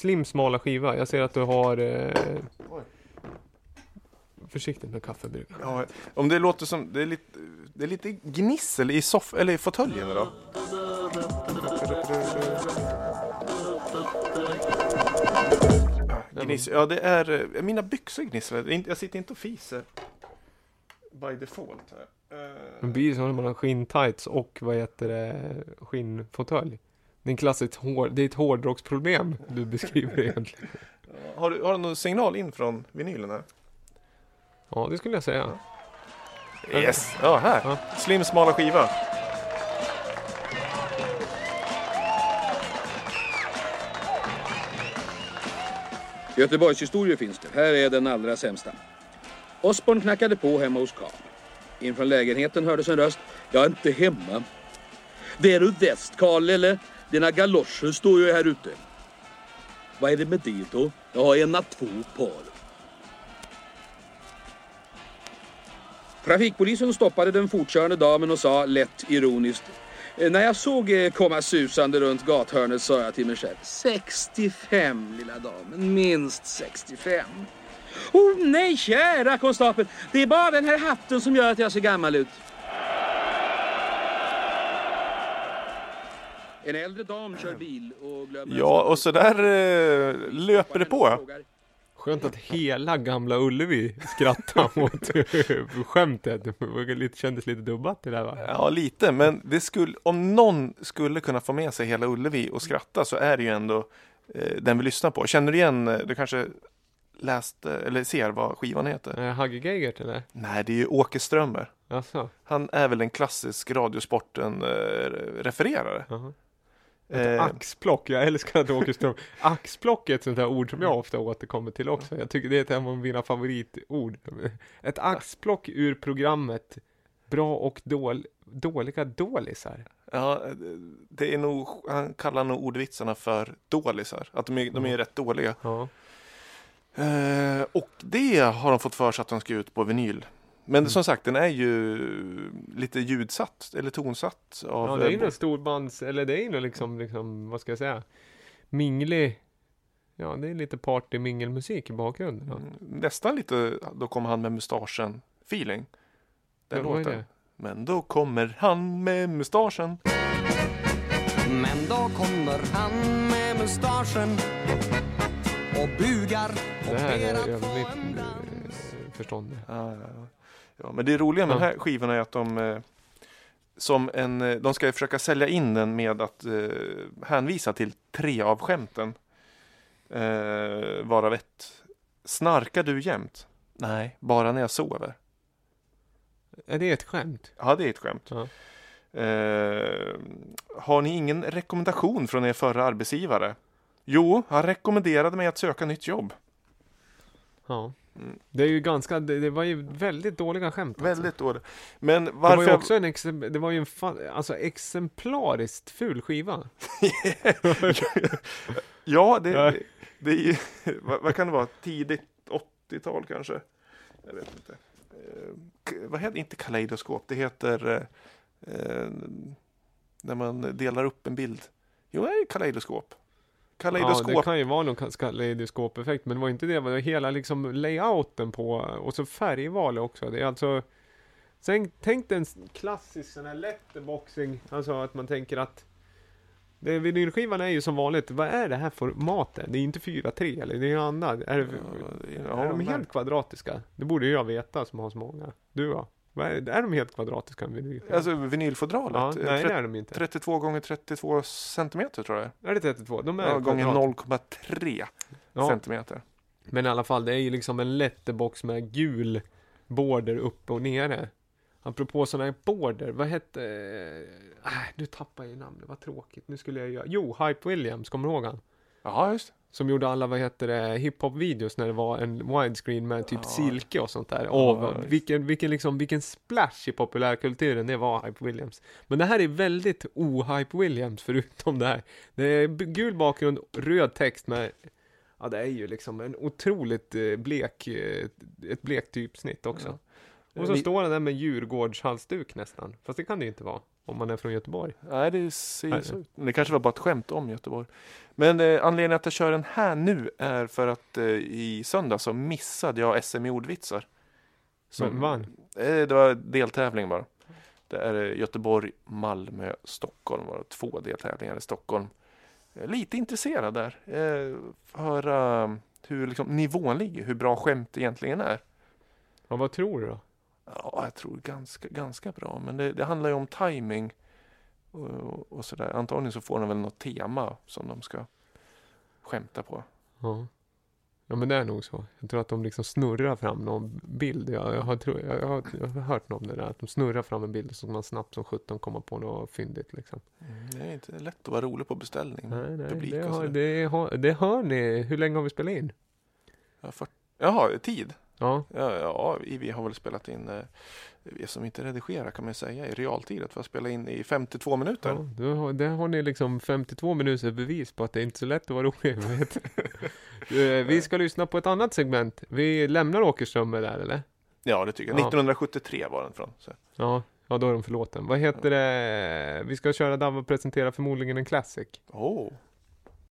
slim smala skiva. Jag ser att du har... Försiktigt med kaffebryggan. Ja, om det låter som... Det är lite gnissel i eller i fåtöljen då. Ja, det är... Mina byxor gnisslar. Jag sitter inte och fiser. By default här. Det blir så när man har skinntights och skinnfåtölj. Det är en klassiskt det är ett hårdrocksproblem du beskriver egentligen. Har du någon signal in från vinylen här? Ja, det skulle jag säga. Yes, ja här. Ja. Slim smala skiva. Göteborgs historia finns det. Här är den allra sämsta. Osborn knackade på hemma hos Karl. Infrån lägenheten hördes en röst. Jag är inte hemma. Det är du väst, Karl, eller? Dina galoscher står ju här ute. Vad är det med det då? Jag har ena 2 par. Trafikpolisen stoppade den fortkörande damen och sa lätt ironiskt. När jag såg komma susande runt gathörnet sa jag till mig själv. 65, lilla damen. Minst 65. Oh nej, kära konstapel. Det är bara den här hatten som gör att jag ser gammal ut. En äldre dam kör bil och glömmer... Ja, och så där löper det på. Skönt att hela gamla Ullevi skrattar mot skämtet. Det kändes lite dubbat det där, va? Ja, lite. Men det om någon skulle kunna få med sig hela Ullevi och skratta så är det ju ändå den vi lyssnar på. Känner du igen, du kanske läst eller ser vad skivan heter? Hagge Geigert, eller? Nej, det är ju Åke Strömmer. Asså. Han är väl en klassisk radiosporten refererare. Ett axplock, jag älskar att Åke Ström. Axplock är ett sånt här ord som jag ofta återkommer till också. Jag tycker det är ett av mina favoritord. Ett axplock ur programmet Bra och dåliga dålisar. Ja, det är nog, han kallar nog ordvitsarna för dålisar. Att de är rätt dåliga. Ja. Och det har de fått för sig att de ska ut på vinyl. Men som sagt, den är ju lite ljudsatt eller tonsatt av... Ja, det är ju någon storbands, eller det är ju liksom, vad ska jag säga, minglig, ja, det är lite party-mingelmusik i bakgrunden. Ja. Nästan lite, då kommer han med mustaschen feeling. Den låten. Men då kommer han med mustaschen. Men då kommer han med mustaschen och bugar och det här ber är att få överligt en dans. förståndig. Ja, men det roliga med den här skivan är att de ska försöka sälja in den med att hänvisa till 3 av skämten. Varav ett. Snarkar du jämt? Nej, bara när jag sover. Är det ett skämt? Ja, det är ett skämt. Ja. Har ni ingen rekommendation från er förra arbetsgivare? Jo, han rekommenderade mig att söka nytt jobb. Ja. Det är ju det var ju väldigt dåliga skämt. Väldigt dåligt. Men varför... Det var ju också det var ju exemplariskt ful skiva. Ja, det är ju... vad kan det vara? Tidigt 80-tal kanske? Jag vet inte. Vad heter inte kaleidoskop? Det heter när man delar upp en bild. Jo, det är kaleidoskop. Ja, det kan ju vara någon kaleidoskop-effekt, men det var inte det. Det var hela liksom layouten på, och så färgval också. Det är alltså, tänk en klassisk sån här letterboxing, alltså att man tänker att vinylskivan är ju som vanligt, vad är det här formatet? Det är inte 4:3 eller det är annat. Är de helt kvadratiska? Det borde ju jag veta som har så många. Du då? Är de helt kvadratiska? Alltså vinylfodralet? Ja, nej, det är de inte. 32 gånger 32 centimeter tror jag. Är det 32? De är gånger 0,3 centimeter. Men i alla fall, det är ju liksom en letterbox med gul border uppe och nere. Apropå sådana här border, vad hette... nu tappar jag namnet, vad tråkigt. Nu skulle jag göra... Jo, Hype Williams, kommer du ihåg han? Ja, just. Som gjorde alla, hiphop-videos när det var en widescreen med typ silke och sånt där. Vilken splash i populärkulturen det var Hype Williams. Men det här är väldigt o-Hype Williams förutom det här. Det är gul bakgrund, röd text med... Ja, det är ju liksom en otroligt ett blek typsnitt också. Ja. Och så står den där med Djurgårdshalsduk nästan. Fast det kan det ju inte vara. om man är från Göteborg. Nej, det ser så ut. Det kanske var bara ett skämt om Göteborg. Men anledningen att jag kör den här nu är för att i söndag så missade jag SM i ordvitsar. Men vann? Det var deltävling bara. Det är Göteborg, Malmö, Stockholm. Var 2 deltävlingar i Stockholm. Jag är lite intresserad där. Höra hur liksom, nivån ligger. Hur bra skämt egentligen är. Ja, vad tror du då? Ja, jag tror ganska bra. Men det handlar ju om timing och sådär. Antagligen så får de väl något tema som de ska skämta på. Ja. Ja, men det är nog så. Jag tror att de liksom snurrar fram någon bild. Jag har hört om det där. Att de snurrar fram en bild så man snabbt som 17 kommer på något fyndigt liksom. Det är inte lätt att vara rolig på beställning. Nej, publik det hör ni. Hur länge har vi spelat in? Jaha, tid? Ja. Ja, vi har väl spelat in, vi som inte redigerar kan man säga, i realtid. Att vi har spelat in i 52 minuter. Ja, där har ni liksom 52 minuter bevis på att det är inte så lätt att vara rolig. Vi ska lyssna på ett annat segment. Vi lämnar Åkerström där, eller? Ja, det tycker jag. 1973 var den från. Så. Ja, då är de förlåten. Vad heter det? Vi ska köra Dava och presentera förmodligen en classic.